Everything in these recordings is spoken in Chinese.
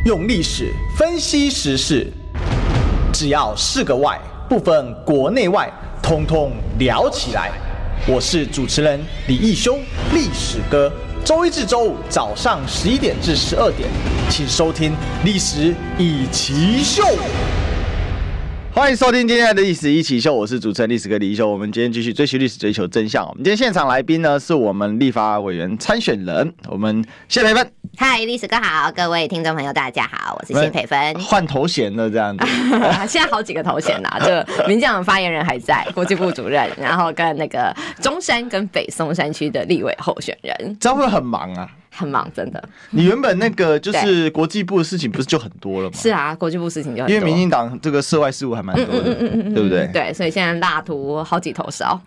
用历史分析时事，只要是个外，不分国内外，通通聊起来。我是主持人李义修，历史哥。周一至周五早上11点至12点，请收听《历史一起秀》。欢迎收听今天的历史一起秀，我是主持人历史哥李义修。我们今天继续追寻历史，追求真相。我们今天现场来宾呢，是我们立法委员参选人，我们谢培芬。 嗨，历史哥好，各位听众朋友大家好，我是谢培芬。 换头衔了这样子， 现在好几个头衔啦，这个民进党发言人还在，国际部主任，然后跟那个中山跟北松山区的立委候选人， 这样会很忙啊。 很忙，真的。 你原本那个就是国际部的事情，不是就很多了吗？ 是啊，国际部事情就很多， 因为民进党这个涉外事务还蛮多的，对不对？ 对，所以现在蜡涂好几头烧，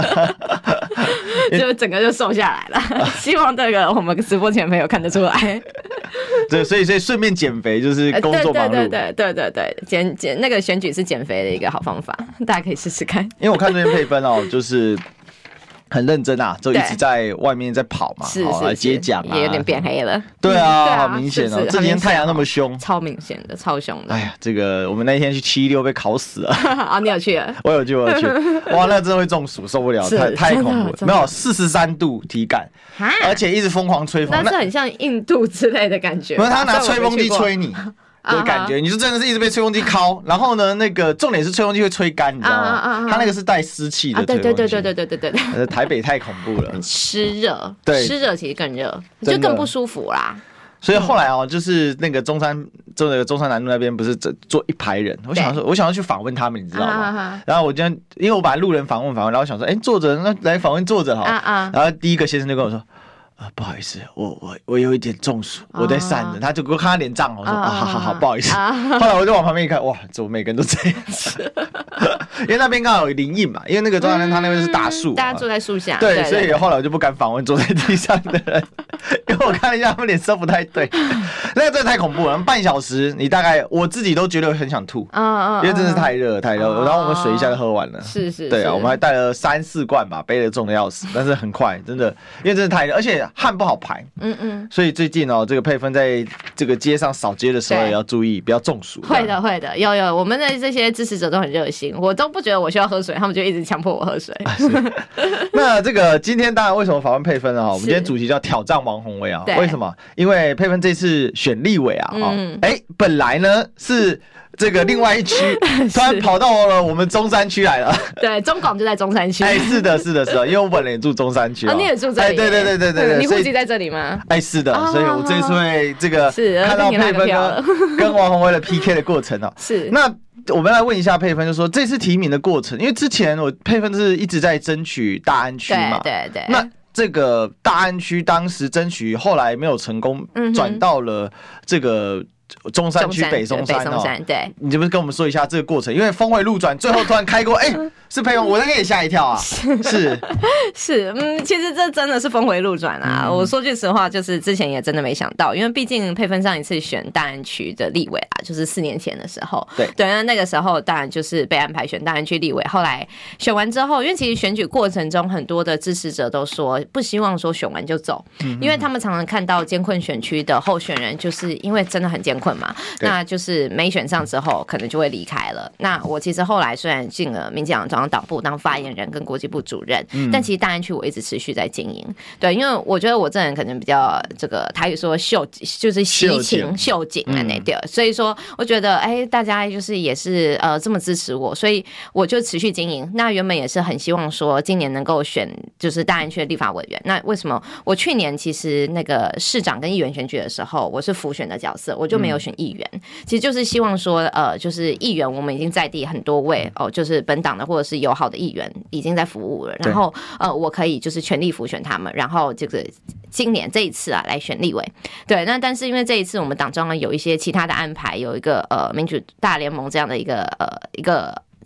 就整个就瘦下来了。希望这个我们直播前朋友看得出来。 对，所以顺便减肥就是工作忙碌。 对，那个选举是减肥的一个好方法，大家可以试试看。 因为我看这边配分哦，就是很认真啊，就一直在外面在跑嘛，来接奖啊， 也有点变黑了。 对啊，好明显哦，这几天太阳那么凶， 超明显的，超凶的。 哎呀，这个我们那天去716被烤死了。 啊，你有去了？ 我有去。哇，那真的会中暑，受不了，太恐怖了。没有43度体感，而且一直疯狂吹风， 那是很像印度之类的感觉。 不是他拿吹风机吹你。的感觉，你就真的是一直被吹风机敲，然后呢，那个重点是吹风机会吹干，你知道吗？它那个是带湿气的吹风机。对。台北太恐怖了， 湿热， 对， 湿热其实更热，就更不舒服啦。 所以后来哦，就是那个中山南路那边不是坐一排人，我想要去访问他们，你知道吗？然后我今天因为我把路人访问，然后我想说，作者那来访问作者哈，然后第一个先生就跟我说。不好意思，我有一点中暑，我在散着。他就给我看他脸涨，我说好，不好意思。后来我就往旁边一看，哇，怎么每个人都这样？因为那边刚好有林荫嘛，因为那个中山他那边是大树， 大家坐在树下。 对，所以后来我就不敢访问坐在地上的人，因为我看了一下他们脸色不太对。那个真的太恐怖了，半小时你大概我自己都觉得很想吐，因为真的是太热。然后我们水一下就喝完了， 是， 对啊，我们还带了3-4罐吧，背得重的要死，但是很快，真的，因为真的太热，而且汗不好排，所以最近哦，这个佩芬在这个街上扫街的时候也要注意，不要中暑。 会的，有，我们的这些支持者都很热心，我都不觉得我需要喝水，他们就一直强迫我喝水。 那这个今天当然为什么访问佩芬呢？我们今天主题叫挑战王宏威啊，为什么？因为佩芬这次选立委啊，本来呢是。这个另外一区突然跑到了我们中山区来了， 对，中广就在中山区。 是的，因为我本人也住中山区。 你也住这里？ 对， 你户籍在这里吗？ 是的，所以我这次会这个看到佩芬跟王宏威的 PK 的过程哦。 是， 那我们来问一下佩芬，就说这次提名的过程，因为之前佩芬是一直在争取大安区嘛， 对。 那这个大安区当时争取，后来没有成功，转到了这个。中山区北松山哦， 对， 你就不是跟我们说一下这个过程？因为峰回路转，最后突然开过，是佩芬，我那个也吓一跳啊！是， 其实这真的是峰回路转啊！我说句实话，就是之前也真的没想到，因为毕竟佩芬上一次选大安区的立委啊，就是4年前的时候，对，那个时候当然就是被安排选大安区立委。后来选完之后，因为其实选举过程中很多的支持者都说不希望说选完就走，因为他们常常看到艰困选区的候选人，就是因为真的很艰困嘛，那就是没选上之后，可能就会离开了。那我其实后来虽然进了民进党中央党部当发言人跟国际部主任，但其实大安区我一直持续在经营。对，因为我觉得我这人可能比较这个台语说就是惜情秀景啊那点，所以说我觉得大家就是也是这么支持我，所以我就持续经营。那原本也是很希望说今年能够选就是大安区的立法委员。那为什么我去年其实那个市长跟议员选举的时候，我是辅选的角色，我就没有选议员，其实就是希望说就是议员我们已经在地很多位就是本党的或者是友好的议员已经在服务了，然后我可以就是全力辅选他们，然后这个今年这一次啊来选立委。对，那但是因为这一次我们党中央有一些其他的安排，有一个民主大联盟这样的一个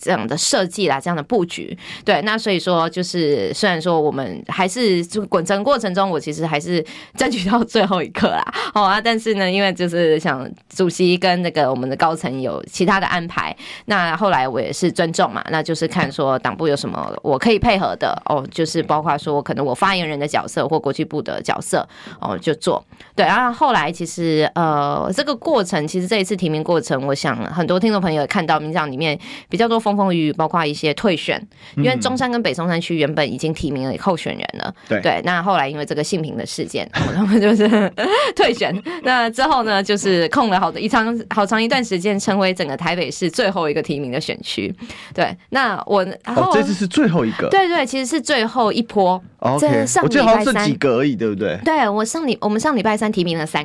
这样的设计啦，这样的布局。对，那所以说就是虽然说我们还是整个过程中，我其实还是争取到最后一刻啦，但是呢，因为就是像主席跟那个我们的高层有其他的安排，那后来我也是尊重嘛，那就是看说党部有什么我可以配合的就是包括说可能我发言人的角色或国际部的角色就做。对，然后后来其实这个过程，其实这一次提名过程，我想很多听众朋友也看到民进党里面比较多风风雨雨，包括一些退选，因为中山跟北松山区原本已经提名了候选人了，对，那后来因为这个性平的事件，他们就是退选，那之后呢，就是空了好长一段时间，成为整个台北市最后一个提名的选区。对，那我这次是最后一个， 对，其实是最后一波。 OK， 我记得好像剩几个而已，对不对？ 对，我们上礼拜三提名了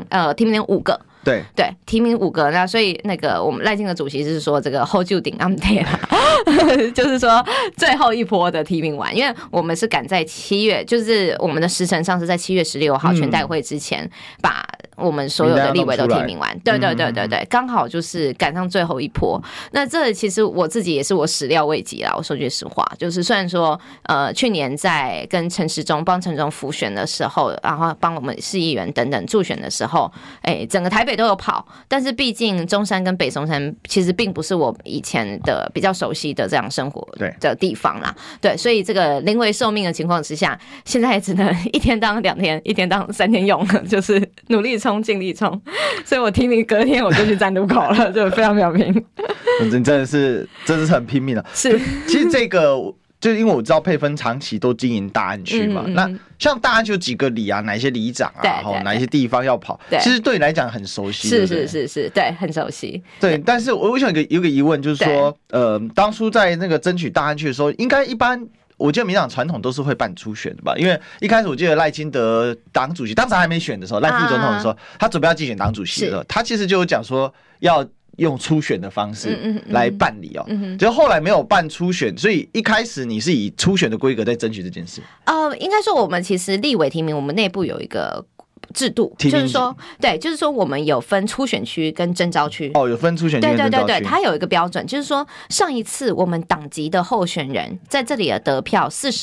5个。对，提名5个，那所以那个我们赖清德主席是说这个 hold 住顶 on day 就是说最后一波的提名完，因为我们是赶在7月，就是我们的时程上是在7月16号全代会之前把我们所有的立委都提名完，对，刚好就是赶上最后一波。那这其实我自己也是我始料未及啦，我说句实话，就是虽然说去年在跟陈时中帮陈时中辅选的时候，然后帮我们市议员等等助选的时候，整个台北都有跑，但是毕竟中山跟北松山其实并不是我以前的比较熟悉的这样生活的地方啦，对，所以这个临危受命的情况之下，现在只能一天当2天，一天当3天用，就是努力冲，尽力冲，所以我提名隔天我就去站路口了，就非常表明， 你真的是很拼命了。是，其实这个。就因为我知道佩芬长期都经营大安区嘛，那像大安区有几个里啊，哪一些里长啊，哪一些地方要跑，其实对你来讲很熟悉， 是，对，很熟悉。 对，但是我想有个疑问，就是说，当初在那个争取大安区的时候，应该一般。我记得民进党传统都是会办初选的吧，因为一开始我记得赖清德党主席当时还没选的时候，赖副总统的时候，他准备要竞选党主席的时候，他其实就有讲说要用初选的方式来办理就后来没有办初选，所以一开始你是以初选的规格在争取这件事。 应该说我们其实立委提名，我们内部有一个制度，就是说，对，就是说我们有分初选区跟征召区。 有分初选区跟征召区。 对，它有一个标准，就是说上一次我们党籍的候选人在这里的得票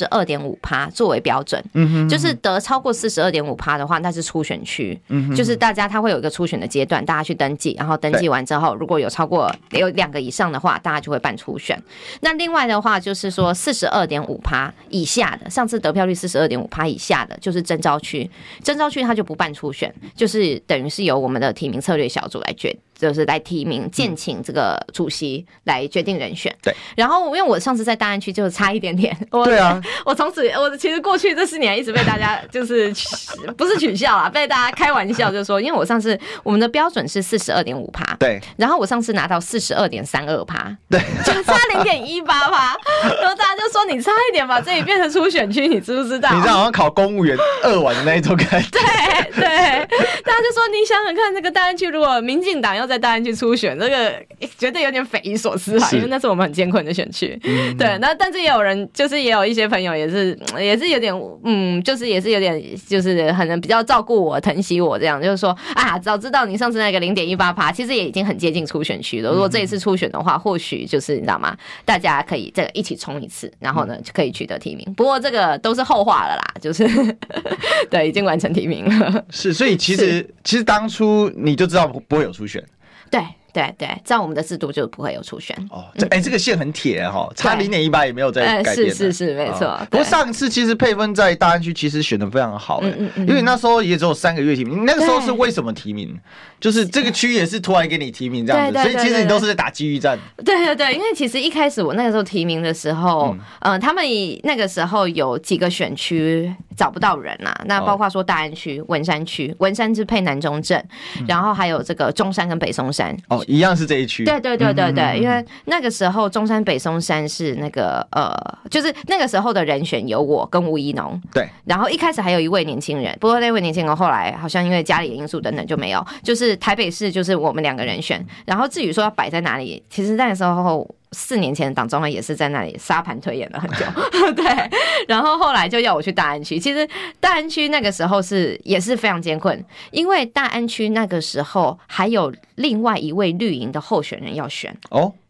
42.5% 作为标准，就是得超过 42.5% 的话，那是初选区，就是大家他会有一个初选的阶段，大家去登记，然后登记完之后，如果有超过2个以上的话，大家就会办初选。那另外的话就是说 42.5% 以下的，上次得票率 42.5% 以下的，就是征召区，征召区它就不办初选，就是等于是由我们的提名策略小组来就是来提名建请这个主席来决定人选。 对， 然后因为我上次在大安区就差一点点， 对啊， 我从此其实过去这4年一直被大家就是不是取笑啦，被大家开玩笑，就是说，因为我上次我们的标准是 42.5%， 对， 然后我上次拿到 42.32%， 对， 就差 0.18%， 然后大家就说你差一点把这里变成初选区，你知不知道？ 你这好像考公务员2晚的那一种感觉。 对，大家就说你想想看，这个大安区如果民进党要在大安区初选，这个绝对有点匪夷所思啊，因为那是我们很艰困的选区。对，那但是也有人，就是也有一些朋友也是有点就是也是有点就是可能比较照顾我、疼惜我这样，就是说啊，早知道你上次那个 0.18%， 其实也已经很接近初选区了。如果这一次初选的话，或许就是你知道吗？大家可以这个一起冲一次，然后呢就可以取得提名。不过这个都是后话了啦，就是对，已经完成提名了。 是，所以其实当初你就知道不会有初选。 对，照我们的制度就不会有初选。 这个线很铁差 0.18 也没有再改变。 是没错。 不过上一次其实佩芬在大安区其实选得非常好，因为那时候也只有3个月提名。那个时候是为什么提名？就是这个区也是突然给你提名这样子，所以其实你都是在打机遇战。对， 因为其实一开始我那个时候提名的时候，他们那个时候有几个选区找不到人啊，那包括说大安区、文山区，文山是配南中正，然后还有这个中山跟北松山。 一样是这一区。 对，因为那个时候中山北松山是那个就是那个时候的人选有我跟吴怡农。 对， 然后一开始还有一位年轻人，不过那位年轻人后来好像因为家里的因素等等就没有，就是台北市就是我们2个人选。然后至于说要摆在哪里，其实那个时候4年前的党中央也是在那里沙盘推演了很久。对，然后后来就要我去大安区。其实大安区那个时候也是非常艰困，因为大安区那个时候还有另外一位绿营的候选人要选。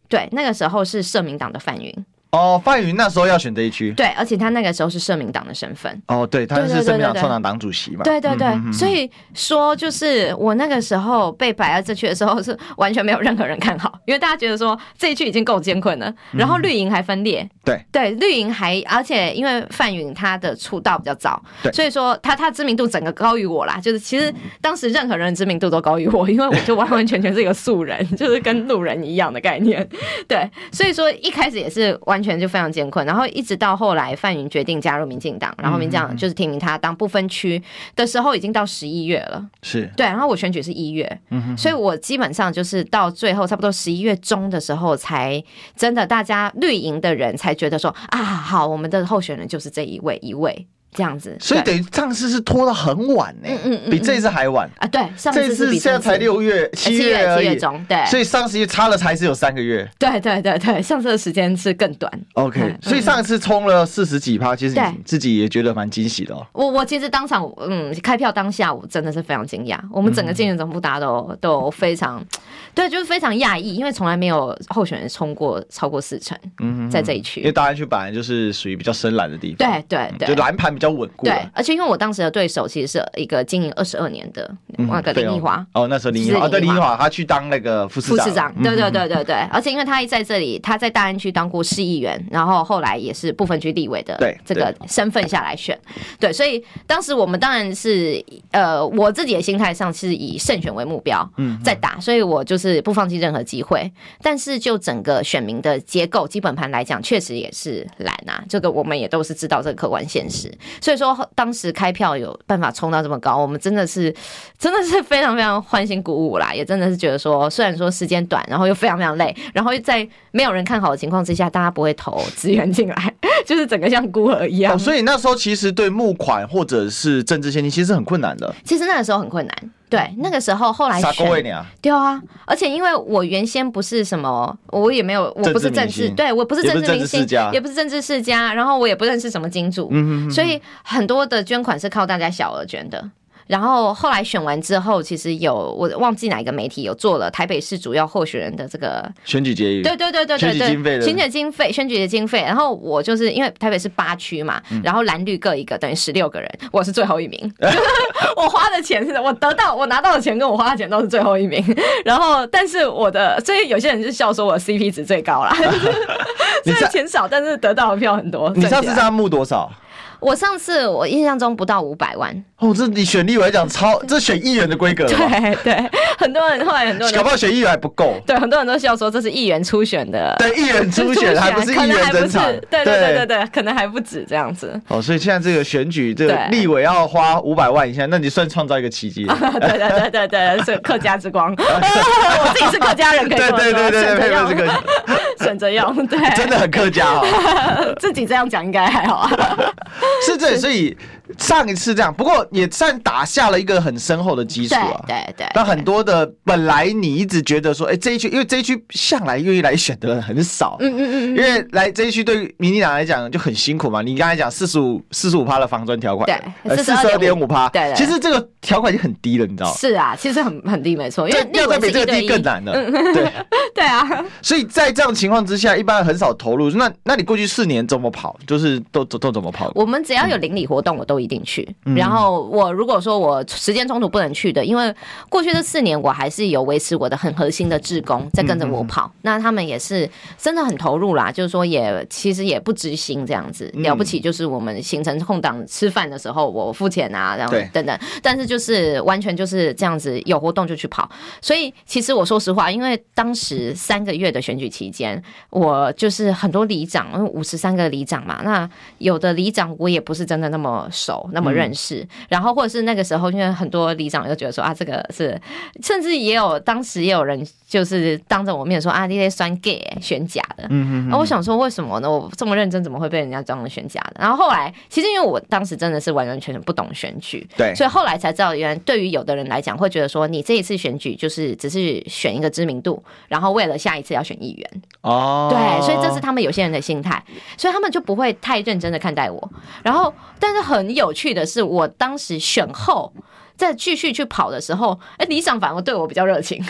对，那个时候是社民党的范云。 范云那时候要选这一区， 对，而且他那个时候是社民党的身份。 对，他是社民党创党党主席嘛。 对对对，所以说就是我那个时候被摆在这区的时候，是完全没有任何人看好，因为大家觉得说这一区已经够艰困了，然后绿营还分裂。对，绿营还，而且因为范云他的出道比较早，所以说他知名度整个高于我啦。就是其实当时任何人知名度都高于我，因为我就完完全全是一个素人，就是跟路人一样的概念。对，所以说一开始也是完全就非常艰困，然后一直到后来范云决定加入民进党，然后民进党就是提名他当不分区的时候，已经到11月了。是对，然后我选举是1月，所以我基本上就是到最后差不多11月中的时候，才真的大家绿营的人才觉得说好，我们的候选人就是这一位这样子， 所以等于上次是拖到很晚呢，比这一次还晚啊。对，上次是比现在才6月、7月而已，7 月中，对， 所以上次差了才是有3个月。 对，上次的时间是更短。 OK，所以上次冲了40几%，其实你自己也觉得蛮惊喜的哦。 我其实当场开票当下，我真的是非常惊讶，我们整个竞选总部大家都非常对，就是非常讶异，因为从来没有候选人冲过超过40%，在这一区， 因为大安区本来就是属于比较深蓝的地方， 对， 就蓝盘比较稳固。 对，而且因为我当时的对手其实是一个经营22年的那个林奕华。 那时候林奕华他去当那个副市长。 对，而且因为他在这里，他在大安区当过市议员，然后后来也是不分区立委的这个身份下来选。对，所以当时我们当然是我自己的心态上是以胜选为目标在打，所以我就是不放弃任何机会。但是就整个选民的结构基本盘来讲，确实也是蓝啊，这个我们也都是知道这个客观现实。所以说当时开票有办法冲到这么高，我们真的是非常非常欢欣鼓舞啦，也真的是觉得说，虽然说时间短，然后又非常非常累，然后在没有人看好的情况之下，大家不会投资源进来，就是整个像孤儿一样。 所以那时候其实对募款或者是政治献金其实很困难的。 其实那个时候很困难。对，那个时候后来选对啊，而且因为我原先不是什么，我也没有，我不是政治，对我不是政治明星，也不是政治世家，然后我也不认识什么金主，所以很多的捐款是靠大家小额捐的。然后后来选完之后，其实我忘记哪一个媒体有做了台北市主要候选人的这个选举结余， 对，选举经费。然后我就是因为台北市8区嘛，然后蓝绿各一个，等于16个人，我是最后一名。我花的钱我拿到的钱跟我花的钱都是最后一名。然后，但是所以有些人就笑说我 CP 值最高啦，虽然钱少，但是得到的票很多。 你上次这样募多少？ 我上次我印象中不到500万。 这你选立委来讲这选议员的规格了。 对，后来很多人搞不好选议员还不够。 对，很多人都笑说这是议员初选的。 对，议员初选还不是议员整场。 对，可能还不止这样子。 所以现在这个选举，这个立委要花500万以下，那你算创造一个奇迹了。 对，是客家之光。我自己是客家人，可以说。对，选择用，对， 真的很客家哦。 自己这样讲应该还好啊。 是这，所以上一次这样，不过也算打下了一个很深厚的基础啊。 对。 但很多的本来你一直觉得说，这一区，因为这一区向来愿意来选的人很少，因为来这一区对民进党来讲就很辛苦嘛。你刚才讲45%的防专条款， 对 ，42.5%， 对， 其实这个条款已经很低了，你知道吗？ 是啊，其实很低，没错，因为要再比这个低更难了。 对啊， 所以在这样的情况之下，一般很少投入。那你过去4年怎么跑？就是都怎么跑？ 我们只要有邻里活动，我都一定去。然后我如果说我时间冲突不能去的，因为过去这4年我还是有维持我的很核心的志工在跟着我跑，那他们也是真的很投入啦，就是说其实也不知心这样子，了不起就是我们行程空档吃饭的时候我付钱啊，然后等等，但是就是完全就是这样子，有活动就去跑。所以其实我说实话，因为当时3个月的选举期间，我就是很多里长，53个里长嘛，那有的里长我也不是真的那么熟那么认识，然后或者是那个时候因为很多里长就觉得说这个是，甚至当时也有人就是当着我面说你在酸 gay 选假的，然后我想说为什么呢？我这么认真怎么会被人家这样选假的？然后后来其实因为我当时真的是完完全全不懂选举，对，所以后来才知道原来对于有的人来讲会觉得说你这一次选举就是只是选一个知名度，然后为了下一次要选议员对，所以这是他们有些人的心态，所以他们就不会太认真的看待我。然后但是很有趣的是，我当时选后再继续去跑的时候，里长反而对我比较热情。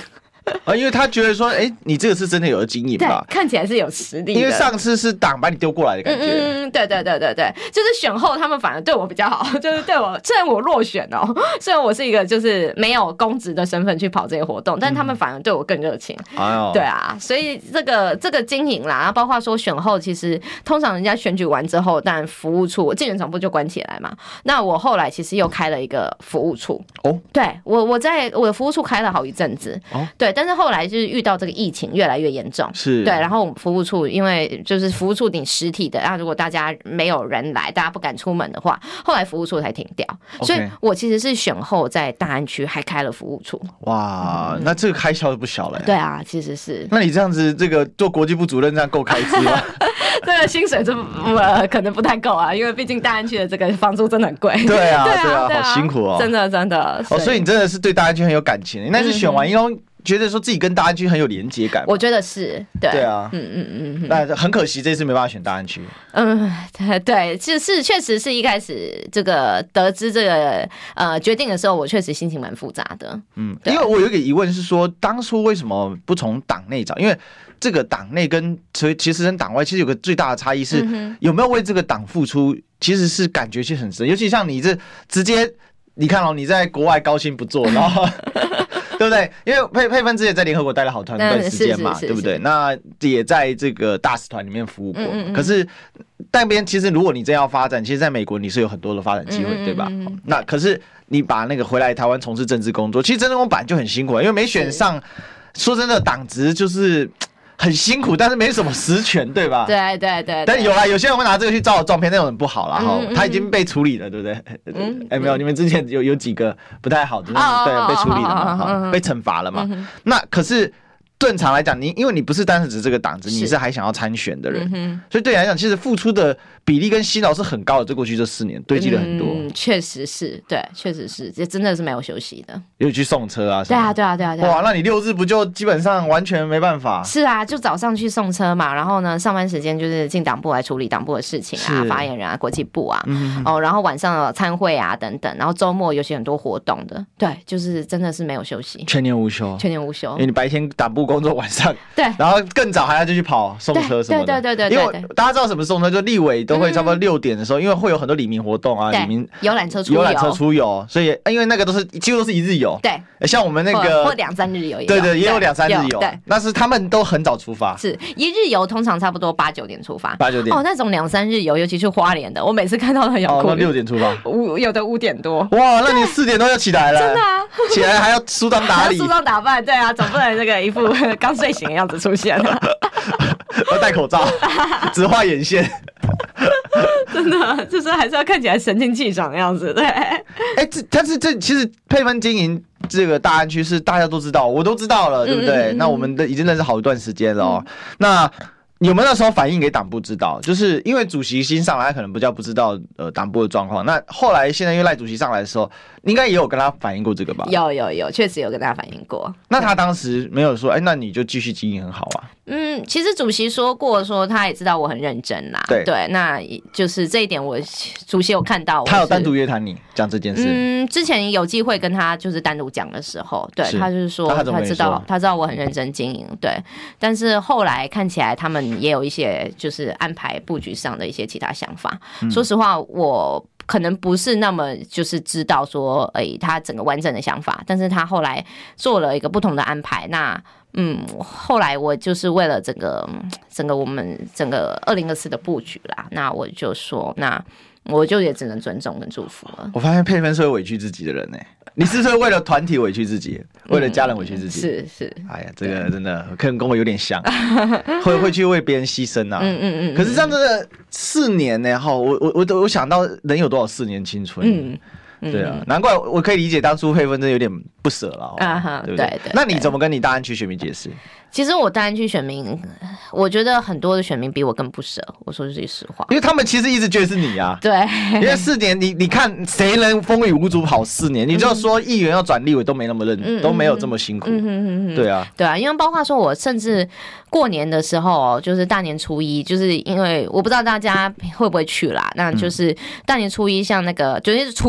因为他觉得说，你这个是真的有经营吧？ 看起来是有实力的。 因为上次是党把你丢过来的感觉。 对，就是选后他们反而对我比较好，就是对我，虽然我落选哦，虽然我是一个就是没有公职的身份去跑这些活动，但他们反而对我更热情。对啊，所以这个经营啦，然后包括说选后，其实通常人家选举完之后，但服务处竞选总部就关起来嘛。那我后来其实又开了一个服务处。对，我在我的服务处开了好一阵子。对，但是后来就是遇到这个疫情越来越严重，对，然后我们服务处因为就是服务处顶实体的，如果大家没有人来，大家不敢出门的话，后来服务处才停掉。所以我其实是选后在大安区还开了服务处。 哇，那这个开销就不小了。 对啊，其实是。 那你这样子，这个做国际部主任这样够开支吗？ 这个薪水可能不太够啊，因为毕竟大安区的这个房租真的很贵。 对啊，好辛苦哦， 真的。 所以你真的是对大安区很有感情。那是选完以后觉得说自己跟大安区很有连结感。 我觉得是，对啊， 那很可惜这次没办法选大安区。 对，是确实是一开始这个得知这个决定的时候，我确实心情蛮复杂的。 因为我有一个疑问是说，当初为什么不从党内找？因为这个党内跟其实跟党外其实有个最大的差异是，有没有为这个党付出，其实是感觉其实很深。尤其像你这直接，你看你在国外高薪不做，然后对不对？因为佩芬之前在联合国待了好长一段时间嘛，对不对？那也在这个大使团里面服务过。可是那边其实如果你真要发展，其实在美国你是有很多的发展机会，对吧？那可是你把那个回来台湾从事政治工作，其实政治工作本来就很辛苦，因为没选上，说真的，党职就是很辛苦，但是没什么实权，对吧？ 对。 但有些人会拿这个去照照片，那种人不好啦，他已经被处理了，对不对？没有，你们之前有几个不太好的，对，被处理了嘛，被惩罚了嘛。那可是正常来讲，因为你不是单指这个党子，你是还想要参选的人，所以对你来讲，其实付出的比例跟辛劳是很高的。这过去这4年堆积了很多， 确实是，对，确实是，这真的是没有休息的。 有去送车啊？ 对啊。 哇，那你6日不就基本上完全没办法？ 是啊，就早上去送车嘛，然后呢，上班时间就是进党部来处理党部的事情啊，发言人啊，国际部啊，然后晚上参会啊等等，然后周末有些很多活动的，对，就是真的是没有休息， 全年无休， 因为你白天党部工作，晚上对， 然后更早还要就去跑送车什么的， 对， 因为大家知道什么送车，就立委都会差不多6点的时候，因为会有很多里民活动啊，里民游览车出游，所以因为那个几乎都是一日游， 对， 像我们那个或2、3日游也有， 对，也有2、3日游，对，但是他们都很早出发， 是一日游通常差不多8、9点出发 ，8、9点那种2、3日游，尤其是花莲的，我每次看到很有哭， 那6点出发， 有的5点多， 哇，那你4点多就起来了， 真的啊， 起来还要梳妆打理， 梳妆打扮，对啊，总不能那个一副刚睡醒的样子出现了， 要戴口罩，只画眼线。 真的就是还是要看起来神清气爽的样子，对。 但是这其实佩芬经营这个大安区是大家都知道，我都知道了，对不对？那我们已经认识好一段时间了那有没有那时候反映给党部知道？就是因为主席新上来，他可能不知道党部的状况。那后来现在因为赖主席上来的时候，应该也有跟他反映过这个吧？ 有，确实有跟他反映过。 那他当时没有说，那你就继续经营很好啊？ 其实主席说过，说他也知道我很认真啦。对，那就是这一点，主席有看到。 他有单独约谈你讲这件事？ 之前有机会跟他就是单独讲的时候，对，他就是说他知道我很认真经营，对。但是后来看起来他们也有一些就是安排布局上的一些其他想法。说实话，我可能不是那么就是知道说，他整个完整的想法，但是他后来做了一个不同的安排。那后来我就是为了整个我们整个2024的布局啦，那我就说，那我就也只能尊重跟祝福了。 我发现佩芬是会委屈自己的人呢。你是不是为了团体委屈自己，为了家人委屈自己？ 是。哎呀，这个真的可能跟我有点像，会去为别人牺牲啊。可是这样子4年呢，我想到人有多少4年青春。对啊，难怪我可以理解当初佩芬真的有点不舍了，对不对？那你怎么跟你大安区选民解释？ 其实我大安区选民，我觉得很多的选民比我更不舍。我说句实话， 因为他们其实一直觉得是你啊。 对， 因为4年，你看谁能风雨无阻跑4年？你就说议员要转立委都没那么都没有这么辛苦。对啊， 因为包括说我甚至过年的时候，就是大年初一，就是因为我不知道大家会不会去啦，那就是大年初一，像那个就是除夕跨到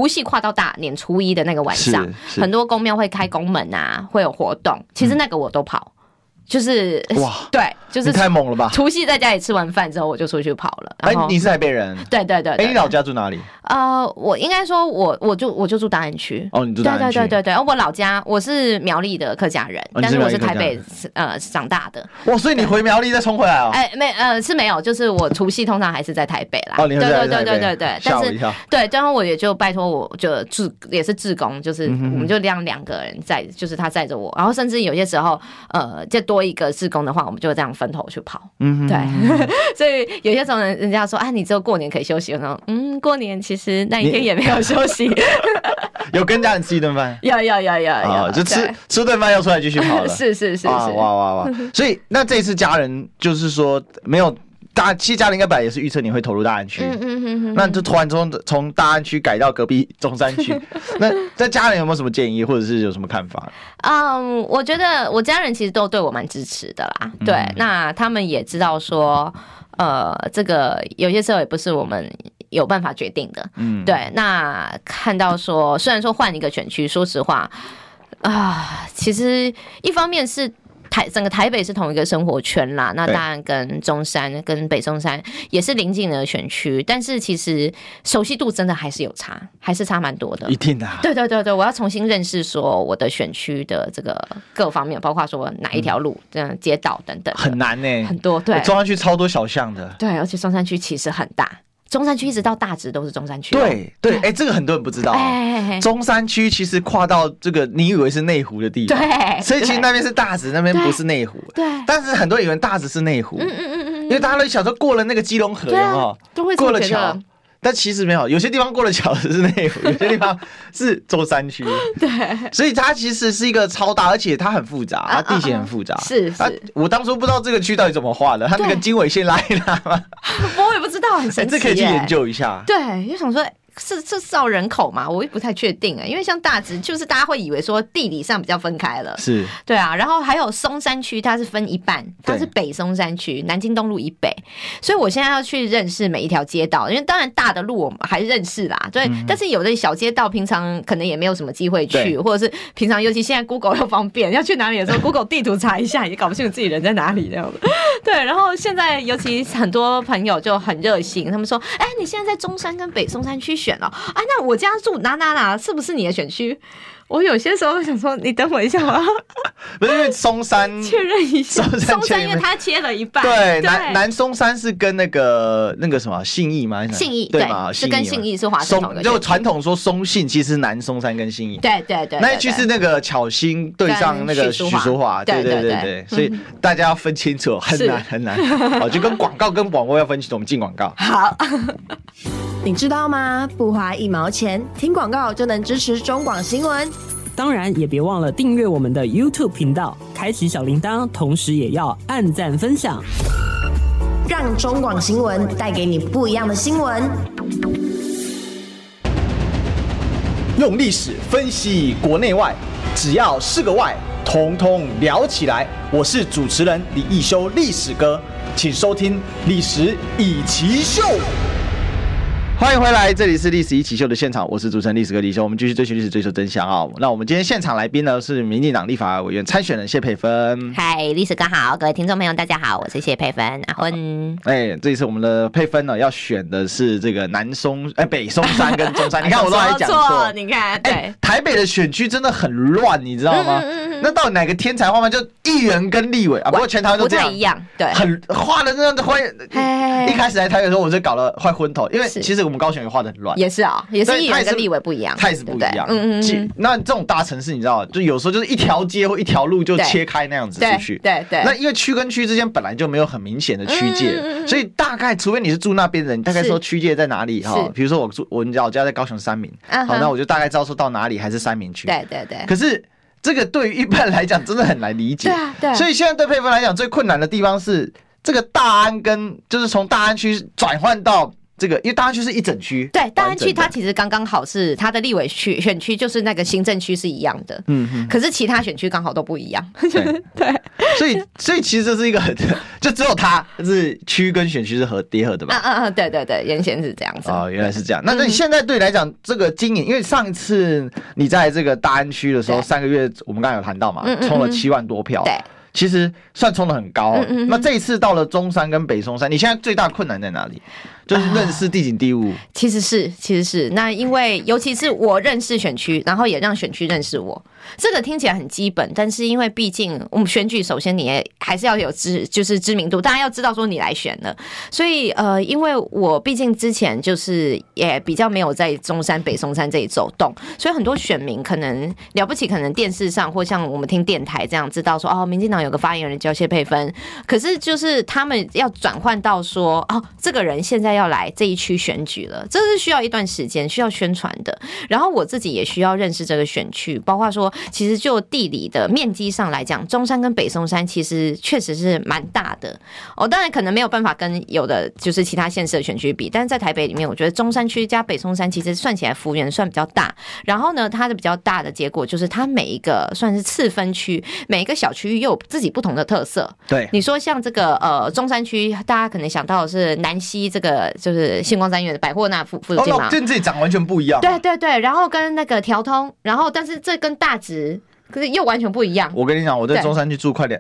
到大年初一的那个晚上，很多宫庙会开宫门啊，会有活动，其实那个我都跑。就是哇，对，就是太猛了吧！ 除夕在家里吃完饭之后，我就出去跑了。 你是台北人？ 对。 你老家住哪里？ 我应该说我就住大安区。 哦，你住大安区？ 对。我老家我是苗栗的客家人，但是我是台北长大的。 哇，所以你回苗栗再冲回来哦？ 是没有，就是我除夕通常还是在台北啦。 哦，你会在台北？ 对。 吓我一跳。 对，然后我也就拜托我就也是志工，就是我们就两个人载，就是他载着我，然后甚至有些时候就多一个志工的话，我们就这样分头去跑。对，所以有些时候人家说你只有过年可以休息，我说过年其实那一天也没有休息。 有跟家人吃一顿饭？ 有， 就吃顿饭又出来继续跑了。 是。 哇！所以那这一次家人就是说没有。其实家人应该本来也是预测你会投入大安区，那就突然从大安区改到隔壁中山区，那家人有没有什么建议，或者是有什么看法？ 我觉得我家人其实都对我蛮支持的啦，对，那他们也知道说，这个有些时候也不是我们有办法决定的，对，那看到说，虽然说换一个选区，说实话，其实一方面是。整个台北是同一个生活圈啦，那当然跟中山跟北松山也是邻近的选区，但是其实熟悉度真的还是有差，还是差蛮多的。 一定的。对， 我要重新认识说我的选区的这个各方面，包括说哪一条路、街道等等， 很难呢， 很多。对， 中山区超多小巷的， 对，而且中山区其实很大。中山区一直到大直都是中山区。 对，这个很多人不知道。中山区其实跨到这个你以为是内湖的地方， 对， 所以其实那边是大直，那边不是内湖。 对， 但是很多人以为大直是内湖，因为大家都想说过了那个基隆河，有没有？ 都会过了桥。但其实没有，有些地方过了桥是内湖，有些地方是中山区。 对， 所以它其实是一个超大，而且它很复杂，它地形很复杂。 是。 我当初不知道这个区到底怎么画的，它那个经纬线拉一拉吗？ 我也不知道，很神奇。 这可以去研究一下。 对，就想说。是照人口嘛？我也不太确定因为像大直就是大家会以为说地理上比较分开了， 是， 对啊。然后还有松山区，它是分一半，它是北松山区，南京东路以北。所以我现在要去认识每一条街道，因为当然大的路我们还认识啦，对。但是有的小街道平常可能也没有什么机会去，或者是平常尤其现在 Google 又方便，要去哪里的时候 Google 地图查一下也搞不清楚自己人在哪里这样子。对，然后现在尤其很多朋友就很热心，他们说：“你现在在中山跟北松山区选了，那我家住哪，是不是你的选区？”我有些时候想说，你等我一下吧。 不是因为松山确认一下，松山因为它切了一半。 对，南松山是跟那个什么信义吗？ 信义对嘛？ 是跟信义是华盛同一个。 就传统说松信，其实南松山跟信义。 对。 那一区是那个巧心对上那个许淑华。对。所以大家要分清楚，很难。就跟广告跟广播要分清楚，我们进广告。 好。 你知道吗？不花1毛钱，听广告就能支持中广新闻。 当然也别忘了订阅我们的 YouTube 频道，开启小铃铛，同时也要按赞分享， 让中广新闻带给你不一样的新闻。 用历史分析国内外，只要是个“外”，统统聊起来。我是主持人李义修，历史哥，请收听《历史一起秀》。欢迎回来，这里是历史一起秀的现场，我是主持人历史哥李修，我们继续追寻历史，追求真相啊！那我们今天现场来宾呢是民进党立法委员参选人谢佩芬。 嗨，历史哥好，各位听众朋友大家好，我是谢佩芬阿芬。 这一次我们的佩芬呢要选的是这个北松山跟中山，你看我都还讲错， 你看，对， 台北的选区真的很乱，你知道吗？那到底哪个天才画吗？就议员跟立委啊，不过全台湾都这样， 不太一样，对， 很画的那样的会。一开始来台北的时候，我就搞了快昏头，因为其实我们高雄也画得很乱， 也是也是议员跟立委不一样， 态势不一样。那这种大城市，你知道，就有时候就是一条街或一条路就切开那样子出去。 对。 那因为区跟区之间本来就没有很明显的区界，所以大概除非你是住那边的人，你大概说区界在哪里哈？比如说我老家在高雄三民，好，那我就大概知道说到哪里还是三民区。 对。 可是这个对于一般人来讲真的很难理解。 对。 所以现在对佩芬来讲最困难的地方是这个大安跟就是从大安区转换到这个，因为大安区是一整区， 对，大安区它其实刚刚好是它的立委区选区就是那个行政区是一样的，可是其他选区刚好都不一样，对， 所以其实这是一个就只有它是区跟选区是叠合的吧？ 对对对，原先是这样子。 哦，原来是这样。那你现在对你来讲，这个经营，因为上一次你在这个大安区的时候，3个月我们刚才有谈到嘛，冲了7万多票， 对。 其实算冲得很高，那这一次到了中山跟北松山，你现在最大困难在哪里？就是认识地景地物。 其实是，那因为尤其是我认识选区，然后也让选区认识我，这个听起来很基本，但是因为毕竟我们选举，首先你也还是要有就是知名度，大家要知道说你来选了，所以因为我毕竟之前就是也比较没有在中山北松山这里走动，所以很多选民可能了不起，可能电视上或像我们听电台这样知道说哦，民进党有个发言人叫谢佩芬，可是就是他们要转换到说哦，这个人现在要来这一区选举了，这是需要一段时间需要宣传的，然后我自己也需要认识这个选区，包括说其实就地理的面积上来讲，中山跟北松山其实确实是蛮大的哦，当然可能没有办法跟有的就是其他县市的选区比，但是在台北里面我觉得中山区加北松山其实算起来幅员算比较大，然后呢它的比较大的结果就是它每一个算是次分区，每一个小区域又有自己不同的特色。 对， 你说像这个中山区大家可能想到的是南西这个就是星光三月的百货那附近嘛， 跟自己长完全不一样。 对对对，然后跟那个条通，然后但是这跟大直可是又完全不一样。 我跟你讲，我在中山区住快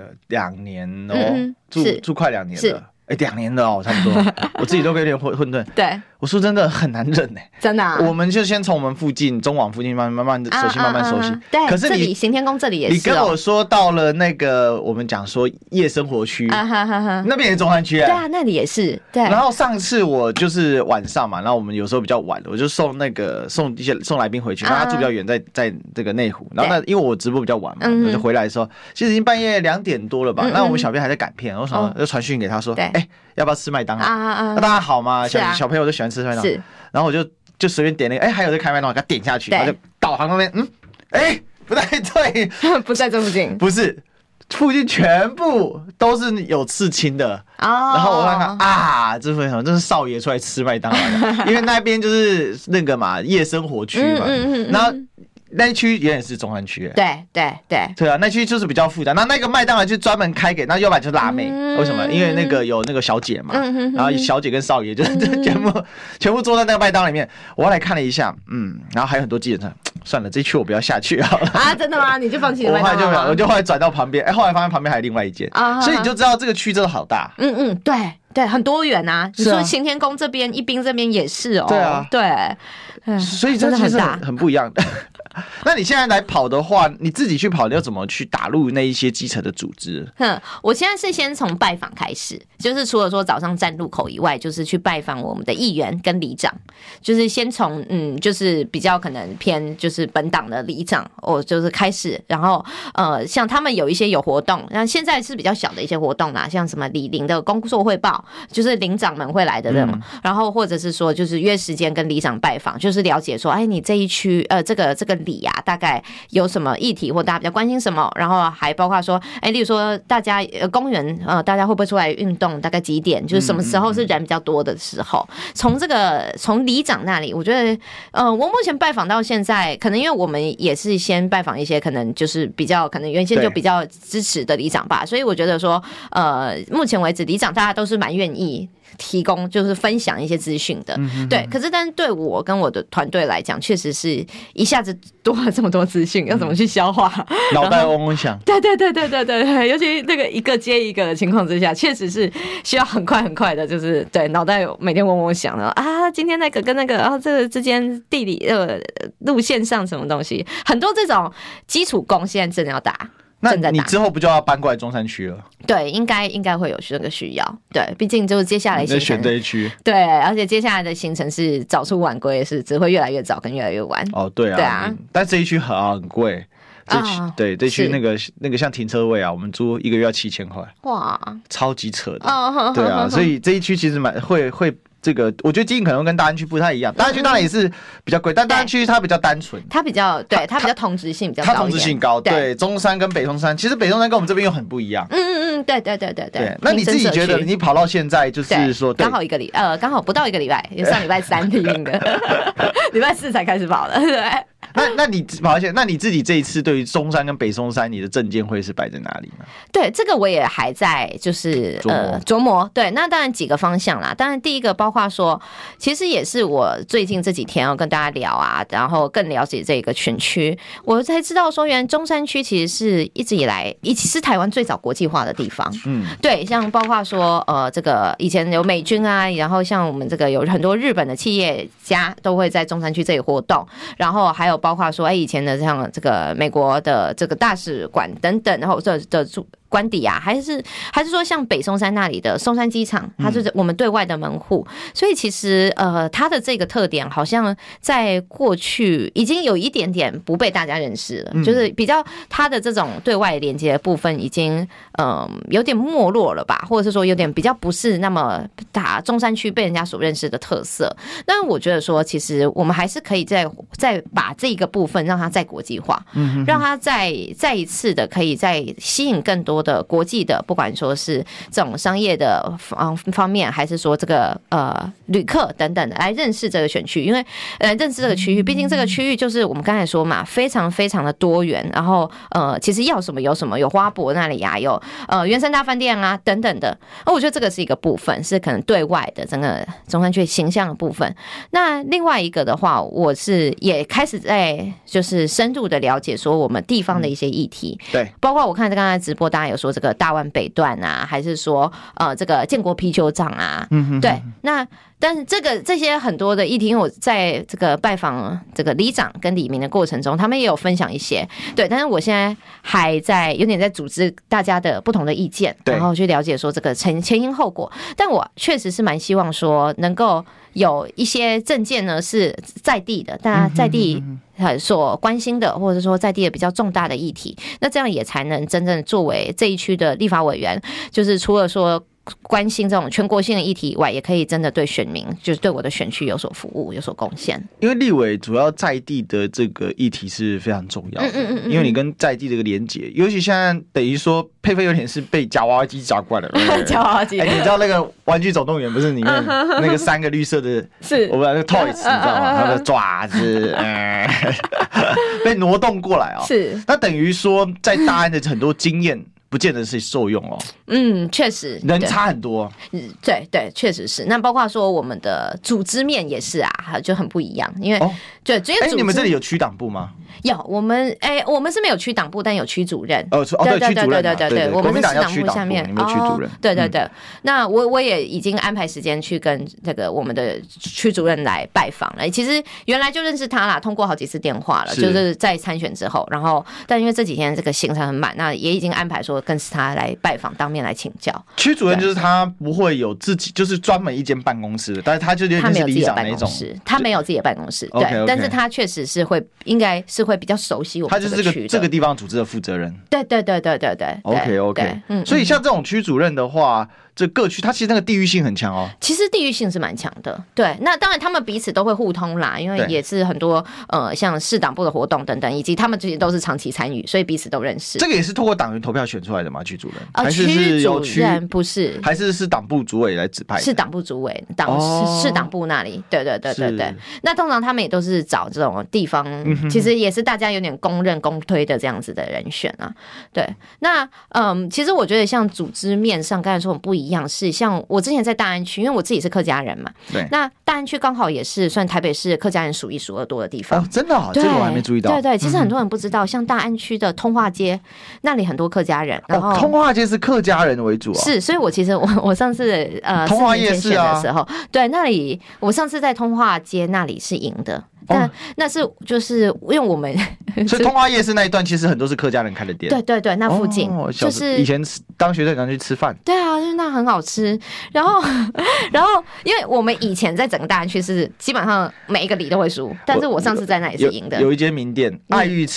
2年哦，住快2年了。2年了哦，差不多，我自己都有点混沌。对，我说真的很难忍哎， 真的。我们就先从我们附近中网附近慢慢熟悉，慢慢熟悉。 对， 可是这里行天宫这里也是。 你跟我说到了那个我们讲说夜生活区，那边也是中山区。 对啊，那里也是。对。 然后上次我就是晚上嘛，然后我们有时候比较晚，我就送来宾回去，然后他住比较远，在这个内湖。然后因为我直播比较晚嘛，我就回来的时候，其实已经半夜2点多了吧。那我们小编还在赶片，我想就传讯给他说，要不要吃麦当劳？那大家好嘛，小朋友都喜欢吃麦当劳。然后我就随便点那个，还有在开麦当劳，给他点下去，然后就导航那边，不太对， 不在这附近， 不是，附近全部都是有刺青的。然后我看看这份这是少爷出来吃麦当劳的，因为那边就是那个嘛夜生活区嘛，然后。那一区也是中山区，对啊，那区就是比较复杂。那个麦当劳就专门开给，那要不然就是辣妹，为什么？因为那个有那个小姐嘛，然后小姐跟少爷就是全部坐在那个麦当劳里面。我后来看了一下，然后还有很多记者，算了，这区我不要下去好了。 真的吗？你就放弃了麦当劳？ 我就后来转到旁边，后来发现旁边还有另外一间，所以你就知道这个区真的好大。 对，很多元啊。你说行天宫这边、一滨这边也是哦。 对啊， 对， 所以这其实很不一样的。那你现在来跑的话，你自己去跑，你要怎么去打入那一些基层的组织？ 我现在是先从拜访开始，就是除了说早上站路口以外，就是去拜访我们的议员跟里长，就是先从就是比较可能偏就是本党的里长，我就是开始，然后像他们有一些有活动，然后现在是比较小的一些活动啦，像什么里邻的工作汇报，就是领长们会来的人，然后或者是说就是约时间跟里长拜访，就是了解说，你这一区这个里啊，大概有什么议题或大家比较关心什么，然后还包括说，例如说大家公园大家会不会出来运动，大概几点，就是什么时候是人比较多的时候。从里长那里，我觉得我目前拜访到现在，可能因为我们也是先拜访一些可能就是比较可能原先就比较支持的里长吧，所以我觉得说目前为止里长大家都是蛮愿意提供就是分享一些资讯的，对。可是但是对我跟我的团队来讲，确实是一下子多了这么多资讯，要怎么去消化？ 脑袋嗡嗡响。对， 尤其那个一个接一个的情况之下，确实是需要很快的，就是对脑袋每天嗡嗡响的今天那个跟那个这个之间地理路线上什么东西，很多这种基础功现在真的要打。 那你之后不就要搬过来中山区了？ 对，应该会有这个需要。对，毕竟就是接下来行程选这一区。 对，而且接下来的行程是早出晚归，是只会越来越早跟越来越晚。 对啊。但这一区很贵。这区那个像停车位啊，我们租1个月要7000块，哇，超级扯的。对啊，所以这一区其实会这个我觉得经营可能跟大安区不太一样，大安区当然也是比较贵，但大安区它比较单纯， 它比较对，它比较同质性比较高一点， 它同质性高，对，中山跟北松山，其实北松山跟我们这边又很不一样， 对。 那你自己觉得你跑到现在就是说， 刚好刚好不到1个礼拜，因为上礼拜3停的，礼拜4才开始跑的，对。 那你跑到现在，那你自己这一次对于中山跟北松山，你的政见会是摆在哪里呢？ 对，这个我也还在就是琢磨。对，那当然几个方向啦。当然第一个包括说，其实也是我最近这几天要跟大家聊啊，然后更了解这个选区，我才知道说，原来中山区其实是一直以来是台湾最早国际化的地方。对，像包括说这个以前有美军啊，然后像我们这个有很多日本的企业家都会在中山区这里活动，然后还有包括说，以前的像这个美国的这个大使馆等等，然后的官邸啊，还是说像北松山那里的松山机场，它就是我们对外的门户，所以其实它的这个特点好像在过去已经有一点点不被大家认识了，就是比较它的这种对外连接的部分已经有点没落了吧，或者是说有点比较不是那么打中山区被人家所认识的特色。但我觉得说，其实我们还是可以再把这个部分让它再国际化，让它再一次的可以再吸引更多的国际的，不管说是这种商业的方面，还是说这个旅客等等的来认识这个选区，因为认识这个区域，毕竟这个区域就是我们刚才说嘛，非常非常的多元，然后其实要什么有什么，有花博那里啊，有圆山大饭店啊等等的，我觉得这个是一个部分，是可能对外的整个中山区形象的部分。那另外一个的话，我是也开始在就是深入的了解说我们地方的一些议题， 对， 包括我看刚才直播大家有说这个大湾北段啊，还是说这个建国啤酒厂啊，对，那但是这些很多的议题，因为我在这个拜访这个里长跟里民的过程中，他们也有分享一些，对，但是我现在还在有点在组织大家的不同的意见，然后去了解说这个前因后果。但我确实是蛮希望说能够有一些政见呢是在地的，大家在地所关心的，或者说在地的比较重大的议题，那这样也才能真正作为这一区的立法委员，就是除了说关心这种全国性的议题以外，也可以真的对选民，就是对我的选区有所服务，有所贡献。 因为立委主要在地的这个议题是非常重要的，因为你跟在地的一个连结，尤其现在等于说佩佩有点是被夹娃娃机夹惯了， 夹娃娃机， 你知道那个玩具总动员不是里面那个3个绿色的， 是我们那个 toys， 你知道吗？它的爪子被挪动过来是， 那等于说在大安的很多经验。不见得是受用哦。 确实， 人差很多。 对，确实是。那包括说我们的组织面也是啊，就很不一样。因为对， 你们这里有区党部吗？ 有，我们是没有区党部，但有区主任。 对，区主任，对， 我们是市党部下面， 你们有区主任。 对。那我也已经安排时间去跟这个我们的区主任来拜访了。其实原来就认识他啦，通过好几次电话了，就是在参选之后。然后，但因为这几天这个行程很满，那也已经安排说跟他来拜访，当面来请教。 区主任就是他不会有自己，就是专门一间办公室的，但是他就有点是里长那种。 他没有自己的办公室，对，但是他确实是应该是会比较熟悉我们这个区的。 他就是这个地方组织的负责人。 对。 OK， 所以像这种区主任的话，这各区他其实那个地域性很强哦。 其实地域性是蛮强的，对。那当然他们彼此都会互通啦，因为也是很多像市党部的活动等等，以及他们这些都是长期参与，所以彼此都认识。 这个也是透过党员投票选出来的吗？区主任？还是有区主任不是？ 还是党部主委来指派？ 是党部主委，市党部那里。对。那通常他们也都是找这种地方，其实也是大家有点公认公推的这样子的人选啊。对，那其实我觉得像组织面上刚才说很不一样，是像我之前在大安区，因为我自己是客家人嘛， 对， 那大安区刚好也是算台北市客家人数一数二多的地方。 真的啊，这个我还没注意到。 对，其实很多人不知道，像大安区的通化街那里很多客家人，然后通化街是客家人为主啊。 是，所以我其实我上次通化夜市的时候，对，那里我上次在通化街那里是赢的。但那是就是因为我们所以通化夜市那一段其实很多是客家人开的店。 对，那附近就是以前当学生常去吃饭。 对啊，就是那很好吃。然后因为我们以前在整个大安区是基本上每一个里都会输，但是我上次在那里是赢的。 有一间名店爱玉吃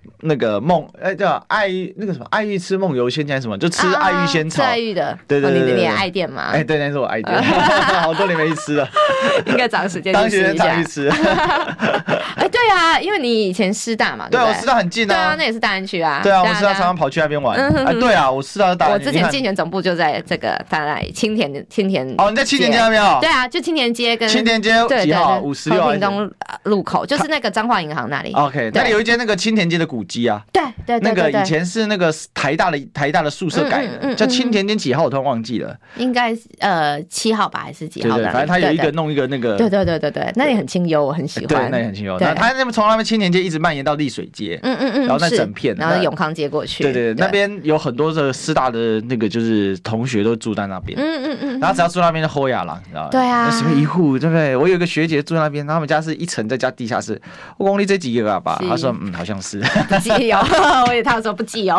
那个叫爱那个什么爱玉吃梦游仙还是什么，就吃爱玉仙草， 吃爱玉的， 对， 你也爱店嘛？ 对，那是我爱店，好多年没去吃了， 应该找时间当学生常去吃。 对啊，因为你以前师大嘛，对我师大很近啊， 对啊，那也是大安区啊， 对啊，我师大常常跑去那边玩。对啊，我师大是大安区。 我之前竞选总部就在这个大概青田哦，你在青田街那边哦？ 对啊，就青田街跟青田街几号？56 和平东路口，就是那个彰化银行那里。 OK， 那里有一间那个青田街的古迹啊。 对， 那个以前是那个台大的宿舍改的，叫青田街几号我突然忘记了， 应该7号吧还是几号的？ 反正他有一个弄一个那个。 对，那里很清幽，我很喜欢。 对，那里很清幽。那他那边从那边青田街一直蔓延到丽水街，然后那整片， 然后永康街过去。 对，那边有很多的师大的那个就是同学都住在那边。然后只要住那边就后亚郎，你知道吗？ 对啊。 那什么一户，对不对？我有一个学姐住那边，他们家是一层再加地下室。我公里这几个吧？他说好像是。 不记哦，我也他说不记哦。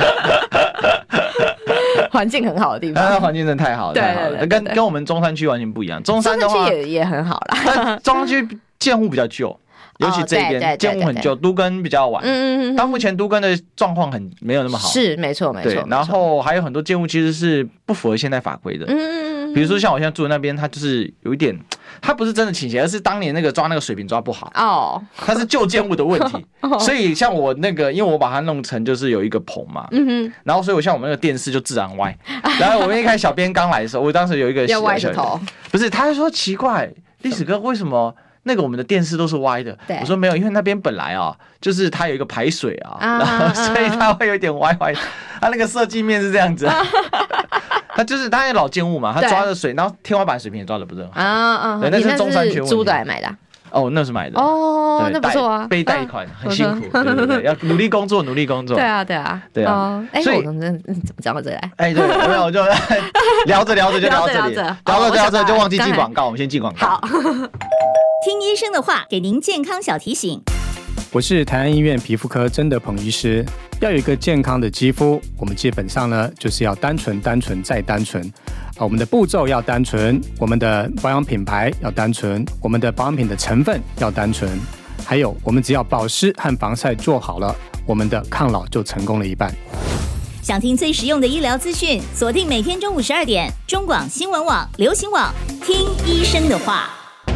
环境很好的地方， 环境真的太好了，对，跟我们中山区完全不一样。中山区也很好啦， 但中山区建物比较旧，尤其这边建物很旧，都更比较晚。到目前都更的状况没有那么好， 是没错。 对，然后还有很多建物其实是不符合现代法规的。比如说像我现在住的那边，它就是有一点，它不是真的倾斜，而是当年那个抓那个水平抓不好哦，它是旧建物的问题。所以像我那个，因为我把它弄成就是有一个棚嘛，然后所以我像我们那个电视就自然歪。然后我们一开始小编刚来的时候，我当时有一个要歪着头， 不是，他就说奇怪，历史哥为什么？那个我们的电视都是歪的，我说没有，因为那边本来就是它有一个排水然后所以它会有一点歪歪，它那个设计面是这样子。它就是它有老建物嘛，它抓的水，然后天花板水平也抓的不是很好。对，那是中山区问题。 租的还买的？ 那是买的。 那不错啊， 背贷款很辛苦，对，要努力工作。对啊。所以我们怎么讲到这来？ 对，没有就聊着就聊到这里，聊着就忘记进广告，我们先进广告。 好。 听医生的话，给您健康小提醒。 我是台安医院皮肤科曾德鹏医师。要有一个健康的肌肤，我们基本上呢就是要单纯再单纯。我们的步骤要单纯，我们的保养品牌要单纯，我们的保养品的成分要单纯，还有我们只要保湿和防晒做好了，我们的抗老就成功了一半。 想听最实用的医疗资讯，锁定每天中午12点，中广新闻网、流行网，听医生的话。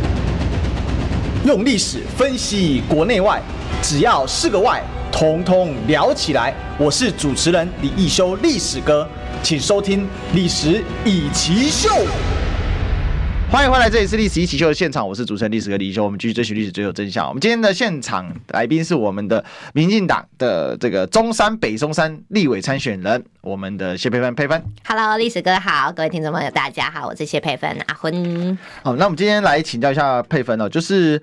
用历史分析国内外，只要是个外，统统聊起来。我是主持人李义修，历史哥，请收听《历史一起秀》。欢迎回来，这里是《历史一起秀》的现场，我是主持人历史哥李义修。我们继续追寻历史，追求真相。我们今天的现场来宾是我们的民进党的这个北中山立委参选人，我们的谢佩芬。 Hello， 历史哥好，各位听众朋友大家好，我是谢佩芬阿昏。 好，那我们今天来请教一下佩芬就是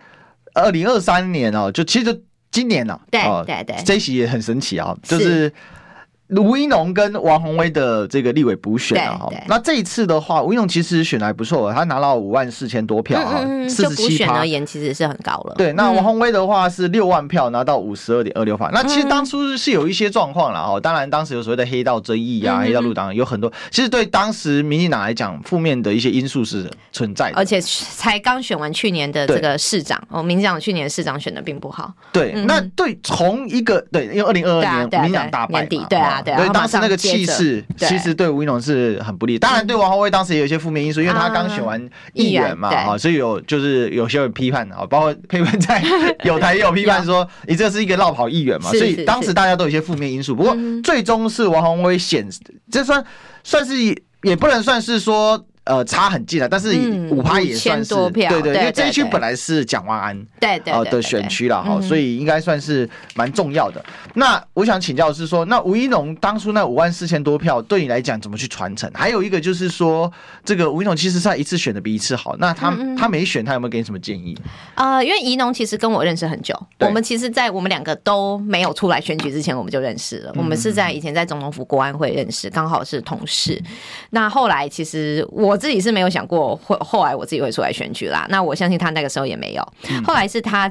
2023年就其实今年对， 这一期也很神奇就是吴怡农跟王宏威的这个立委补选那这一次的话，吴怡农其实选的还不错，他拿到54000多票就补选而言其实是很高了。 对，那王宏威的话是6万票拿到52.26%。那其实当初是有一些状况啦当然当时有所谓的黑道争议黑道入党有很多，其实对当时民进党来讲，负面的一些因素是存在的， 而且才刚选完去年的这个市长民进党去年市长选的并不好。 对，那对从一个因为2022年民进党大败嘛，对，当时那个气势其实对吴怡农是很不利。当然对王宏威当时也有一些负面因素，因为他刚选完议员嘛所以有些人批判包括佩芬在有台也有批判说你这是一个落跑议员嘛，所以当时大家都有一些负面因素。不过最终是王宏威这算是也不能算是说差很近了，但是5%也算是多票， 对，因为这一区本来是蒋万安的选区啦所以应该算是蛮重要的。那我想请教的是说，那吴怡农当初那54000多票对你来讲怎么去传承？还有一个就是说，这个吴怡农其实是一次选的比一次好，那他没选，他有没有给你什么建议？ 因为怡农其实跟我认识很久，我们其实在我们两个都没有出来选举之前我们就认识了，我们是在以前在总统府国安会认识，刚好是同事。那后来其实我自己是没有想过后来我自己会出来选举啦，那我相信他那个时候也没有。后来是他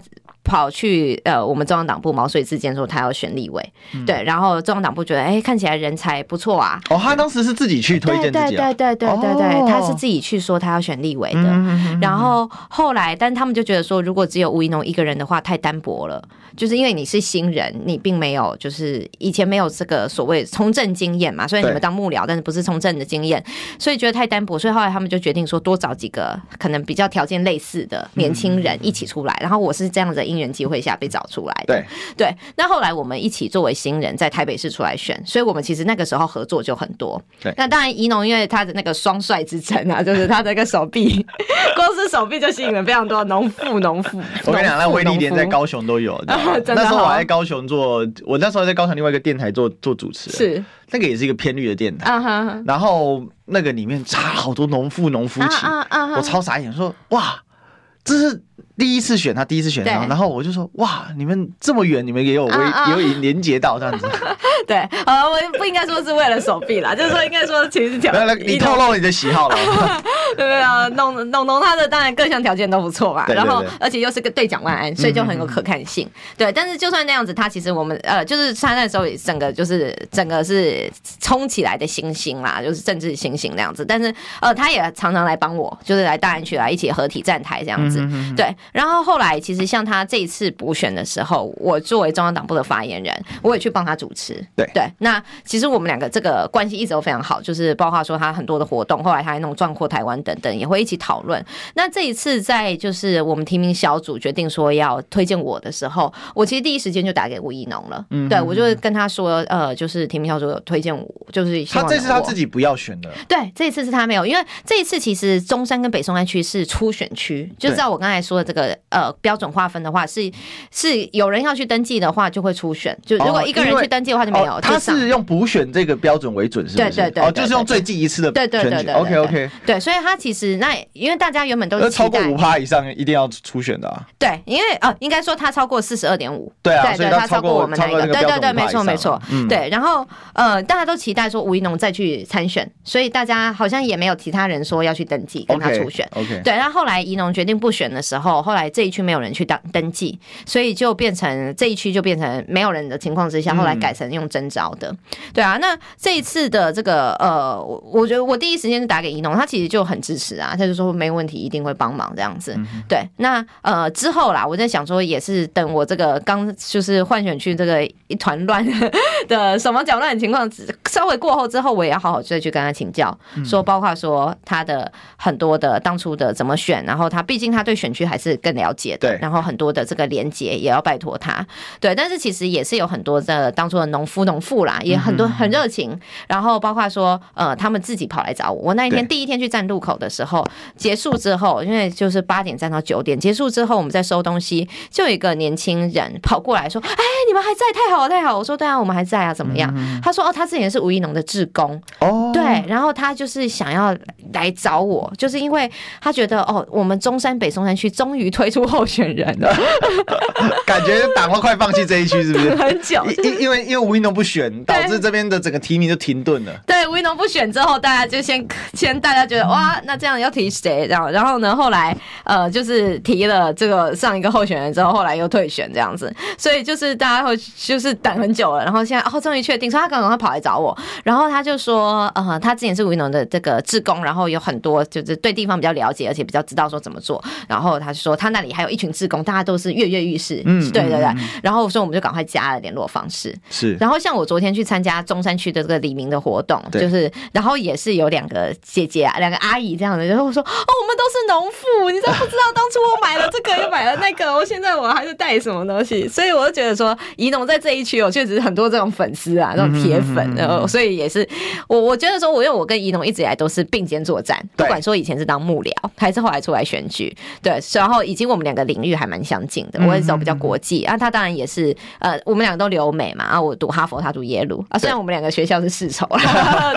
跑去我们中央党部毛遂自荐说他要选立委，对，然后中央党部觉得看起来人才不错啊。 他当时是自己去推荐自己啊？ 对，他是自己去说他要选立委的。然后后来，但他们就觉得说，如果只有吴怡农一个人的话，太单薄了。就是因为你是新人，你并没有就是以前没有这个所谓从政经验嘛，所以你们当幕僚，但是不是从政的经验，所以觉得太单薄，所以后来他们就决定说多找几个可能比较条件类似的年轻人一起出来。然后我是这样的因缘机会下被找出来的。对，那后来我们一起作为新人在台北市出来选，所以我们其实那个时候合作就很多。那当然宜农因为他的那个双帅之称啊，就是他的那个手臂，光是手臂就吸引了非常多农妇。 我跟你讲，那威力连在高雄都有。那时候我还在高雄我那时候在高雄另外一个电台做主持人，是那个也是一个偏绿的电台，然后那个里面插好多农夫起，我超傻眼，说哇，这是第一次选他，然后我就说哇，你们这么远，你们也有连接到这样子。 对，我不应该说是为了手臂啦，就是说应该说其实你透露你的喜好了。 对啊，农他的当然各项条件都不错嘛，然后而且又是个对蒋万安，所以就很有可看性。对，但是就算那样子，他其实我们就是他那时候整个是冲起来的星星啦，就是政治星星那样子。但是他也常常来帮我，就是来大安区来一起合体站台这样子。对，然后后来其实像他这一次补选的时候，我作为中央党部的发言人，我也去帮他主持。对，那其实我们两个这个关系一直都非常好，就是包括说他很多的活动，后来他还弄壮阔台湾等等，也会一起讨论。那这一次在就是我们提名小组决定说要推荐我的时候，我其实第一时间就打给吴怡农了。对，我就跟他说，就是提名小组有推荐我，就是希望他这次他自己不要选的。 对，这一次是他没有，因为这一次其实中山跟北松山区是初选区，就照我刚才说的这个标准划分的话，是有人要去登记的话就会初选，就如果一个人去登记的话就没有。 他是用补选这个标准为准，是不是？对，就是用最近一次的选举。OK。 对，所以他其实那因为大家原本都是超过5%以上一定要初选的啊。 对，因为应该说他超过42.5%。 对啊，所以他超过我们那个。对，没错。对，然后大家都期待说吴怡农再去参选，所以大家好像也没有其他人说要去登记跟他初选。对，然后后来怡农决定不选的时候，后来这一区没有人去登记，所以就变成这一区就变成没有人的情况之下，后来改成用征召的。对啊，那这一次的这个我觉得我第一时间就打给怡农，他其实就很支持啊，他就说没问题，一定会帮忙这样子。对，那之后啦，我在想说也是等我这个刚就是换选区这个一团乱的手忙脚乱的情况稍微过后之后，我也要好好再去跟他请教，说包括说他的很多的当初的怎么选，然后他毕竟他对选区还是更了解的，然后很多的这个连结也要拜托他。对，但是其实也是有很多的当初的农妇啦，也很多很热情，然后包括说他们自己跑来找我。我那一天第一天去站路口的时候，结束之后，因为就是8点站到9点，结束之后我们在收东西，就有一个年轻人跑过来说：“哎，你们还在，太好了太好了。”我说：“对啊，我们还在啊，怎么样？”他说：“他之前是吴怡农的志工。”对，然后他就是想要来找我，就是因为他觉得我们中山北松山区终于推出候选人了， 感觉党都快放弃这一区，是不是？ 很久， 因为吴怡农不选，导致这边的整个提名就停顿了。 对，吴怡农不选之后，大家就先大家觉得哇，那这样要提谁？然后呢，后来就是提了这个上一个候选人之后，后来又退选这样子，所以就是大家会就是等很久了，然后现在终于确定，所以他刚刚跑来找我，然后他就说他之前是吴怡农的这个志工，然后有很多就是对地方比较了解，而且比较知道说怎么做，然后他就说他那里还有一群志工，大家都是跃跃欲试，对，然后所以我们就赶快加了联络方式，是，然后像我昨天去参加中山区的这个李明的活动，就是然后也是有2个姐姐啊，2个阿姨这样的，然后说我们都是农妇，你都不知道当初我买了这个又买了那个，我现在我还是带什么东西，所以我就觉得说怡农在这一区确实很多这种粉丝啊，这种铁粉，所以也是我觉得说因为我跟怡农一直以来都是并肩作战，不管说以前是当幕僚还是后来出来选举，对，然后以及我们2个领域还蛮相近的，我也走比较国际啊，他当然也是我们2个都留美嘛，啊，我读哈佛，他读耶鲁啊，虽然我们2个学校是世仇啦，对，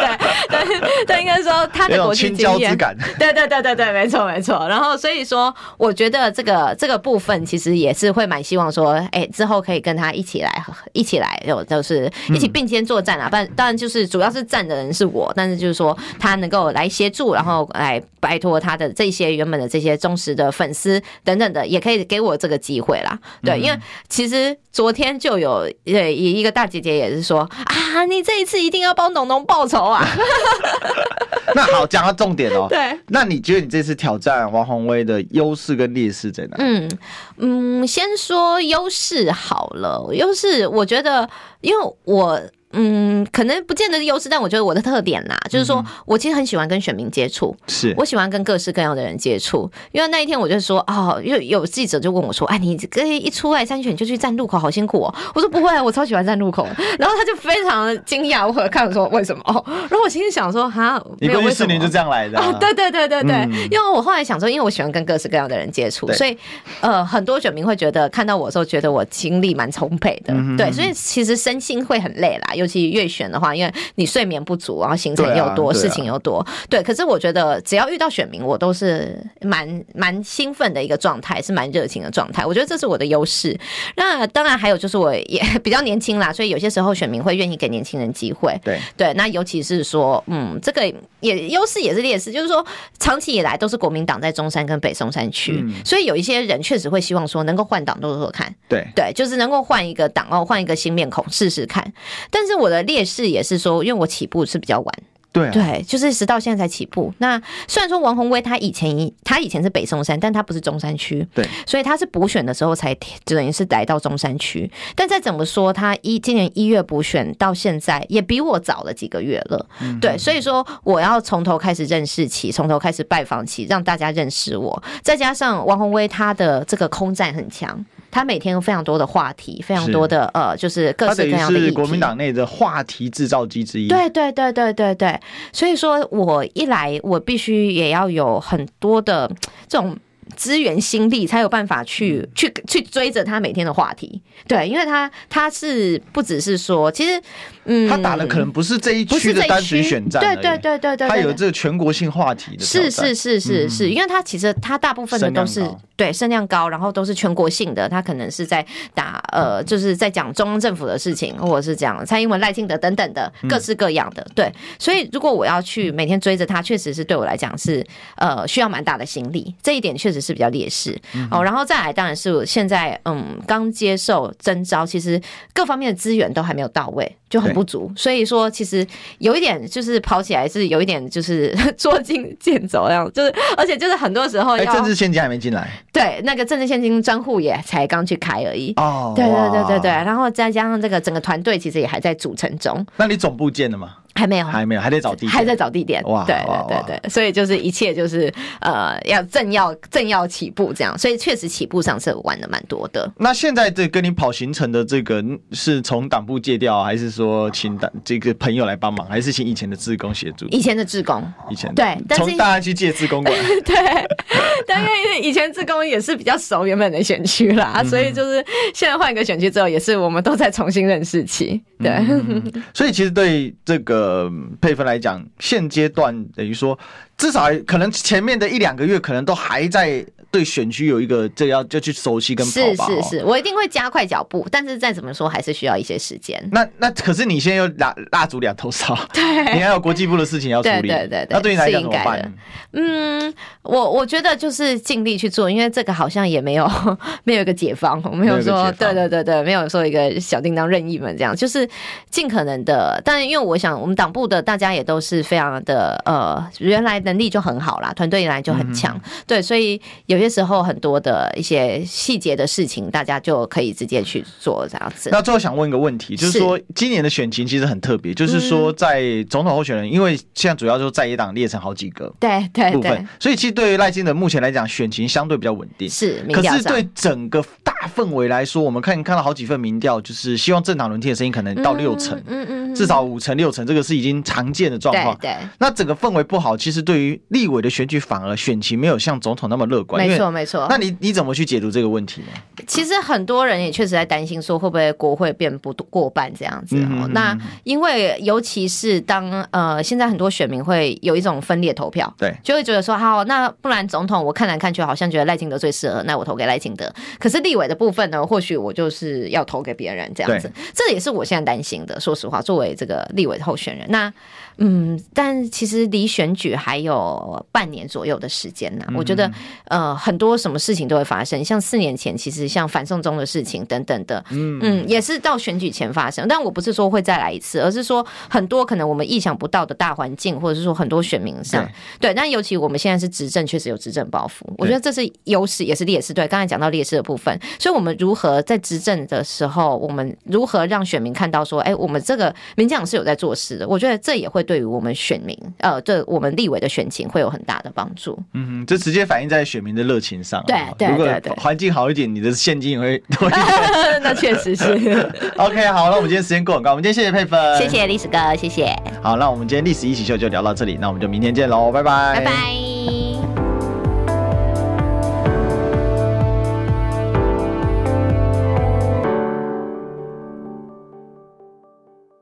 对，应该说他的国际经验，对，没错。然后所以说，我觉得这个部分其实也是会蛮希望说，之后可以跟他一起来，就是一起并肩作战啊。当然就是主要是站的人是我，但是就是说他能够来协助，然后来拜托他的这些原本的这些忠实的粉丝等等的，也可以给我这个机会啦。对，因为其实昨天就有一个大姐姐也是说啊，你这一次一定要帮农农报仇啊。 那好，讲到重点哦。 对， 那你觉得你这次挑战王宏威的优势跟劣势在哪？ 先说优势好了。优势我觉得，因为我可能不见得是优势，但我觉得我的特点啦，就是说我其实很喜欢跟选民接触， 是我喜欢跟各式各样的人接触。因为那一天我就说因为有记者就问我说，你一出来参选就去站路口，好辛苦哦。我说不会，我超喜欢站路口。然后他就非常的惊讶，我看我说为什么？然后我心里想说你过去4年就这样来的对，因为我后来想说，因为我喜欢跟各式各样的人接触，所以很多选民会觉得看到我的时候，觉得我精力蛮充沛的，对，所以其实身心会很累啦。尤其越选的话，因为你睡眠不足，然后行程又多，事情又多，对。可是我觉得只要遇到选民，我都是蛮兴奋的一个状态，是蛮热情的状态。我觉得这是我的优势。那当然还有就是我也比较年轻啦，所以有些时候选民会愿意给年轻人机会。对，那尤其是说，这个也优势也是劣势，就是说长期以来都是国民党在中山跟北松山区，所以有一些人确实会希望说能够换党做做看。对，就是能够换一个党换一个新面孔试试看。但是我的劣势也是说，因为我起步是比较晚。对，就是直到现在才起步。那虽然说王宏威他以前是北松山，但他不是中山区，对，所以他是补选的时候才等于是来到中山区。但再怎么说，他今年1月补选到现在也比我早了几个月了，对，所以说我要从头开始认识起，从头开始拜访起，让大家认识我。再加上王宏威他的这个空战很强。他每天有非常多的话题，非常多的就是各式各样的议题，他等于是国民党内的话题制造机之一。 对，所以说我一来，我必须也要有很多的这种资源心力，才有办法去追着他每天的话题。对，因为他是不只是说，其实他打的可能不是这一区的单纯选战，对，他有这个全国性话题的挑战。 是，因为他其实他大部分的都是对声量高，然后都是全国性的，他可能是在打就是在讲中央政府的事情，或者是讲蔡英文、赖清德等等的各式各样的。对，所以如果我要去每天追着他，确实是对我来讲是需要蛮大的心力，这一点确实是比较劣势。然后再来当然是我现在刚接受征召，其实各方面的资源都还没有到位，就很不足，所以说其实有一点就是跑起来是有一点就是捉襟见肘那样，就是而且就是很多时候要政治现金还没进来， 对，那个政治现金专户也才刚去开而已。对，然后再加上这个整个团队其实也还在组成中。 那你总部建了吗？ 还没有， 还得找地点， 还在找地点。哇，对，所以就是一切就是要正要起步这样，所以确实起步上是玩的蛮多的。 那现在这跟你跑行程的这个是从党部借调，还是说请这个朋友来帮忙，还是请以前的志工协助？ 以前的志工，对， 从大安去借志工过来。 对，但因为以前志工也是比较熟原本的选区啦，所以就是现在换一个选区之后，也是我们都在重新认识起。对， 所以其实对这个配分来讲，现阶段等于说，至少可能前面的1-2个月，可能都还在对选区有一个就去熟悉跟跑吧。 是，我一定会加快脚步，但是再怎么说还是需要一些时间。 那可是你现在又蜡烛2头烧， 对， 你还有国际部的事情要处理， 对， 那对你来讲怎么办？ 我觉得就是尽力去做，因为这个好像也没有一个解放，我没有说对，没有说一个小叮当任意门这样，就是尽可能的。但因为我想我们党部的大家也都是非常的原来能力就很好啦，团队原来就很强，对，所以有些时候很多的一些细节的事情，大家就可以直接去做这样子。 那最后想问一个问题，就是说今年的选情其实很特别，就是说在总统候选人，因为现在主要就是在野党列成好几个部分，所以其实对于赖清德目前来讲，选情相对比较稳定。 是， 可是对整个大氛围来说，我们看到好几份民调，就是希望政党轮替的声音可能到60%，至少5成6成，这个是已经常见的状况。 对， 那整个氛围不好，其实对于立委的选举反而选情没有像总统那么乐观，因没错没错。 那你怎么去解读这个问题呢？ 其实很多人也确实在担心说会不会国会变不过半这样子那因为尤其是当现在很多选民会有一种分裂投票， 对， 就会觉得说好，那不然总统我看来看去好像觉得赖清德最适合，那我投给赖清德。可是立委的部分呢，或许我就是要投给别人这样子，这也是我现在担心的。说实话，作为这个立委的候选人，那但其实离选举还有半年左右的时间呢。我觉得很多什么事情都会发生，像4年前其实像反送中的事情等等的，也是到选举前发生。但我不是说会再来一次，而是说很多可能我们意想不到的大环境，或者是说很多选民上，对。但尤其我们现在是执政，确实有执政包袱，我觉得这是优势也是劣势。对，刚才讲到劣势的部分，所以我们如何在执政的时候，我们如何让选民看到说，我们这个民进党是有在做事的，我觉得这也会对于我们选民对我们立委的选情会有很大的帮助。 这直接反映在选民的热情上。 对， 如果环境好一点，你的现金也会多一点。 那确实是。 OK， 好，那我们今天时间够很高，我们今天谢谢佩芬， 谢谢历史哥，谢谢。 好，那我们今天历史一起秀就聊到这里，那我们就明天见喽，拜拜， 拜拜。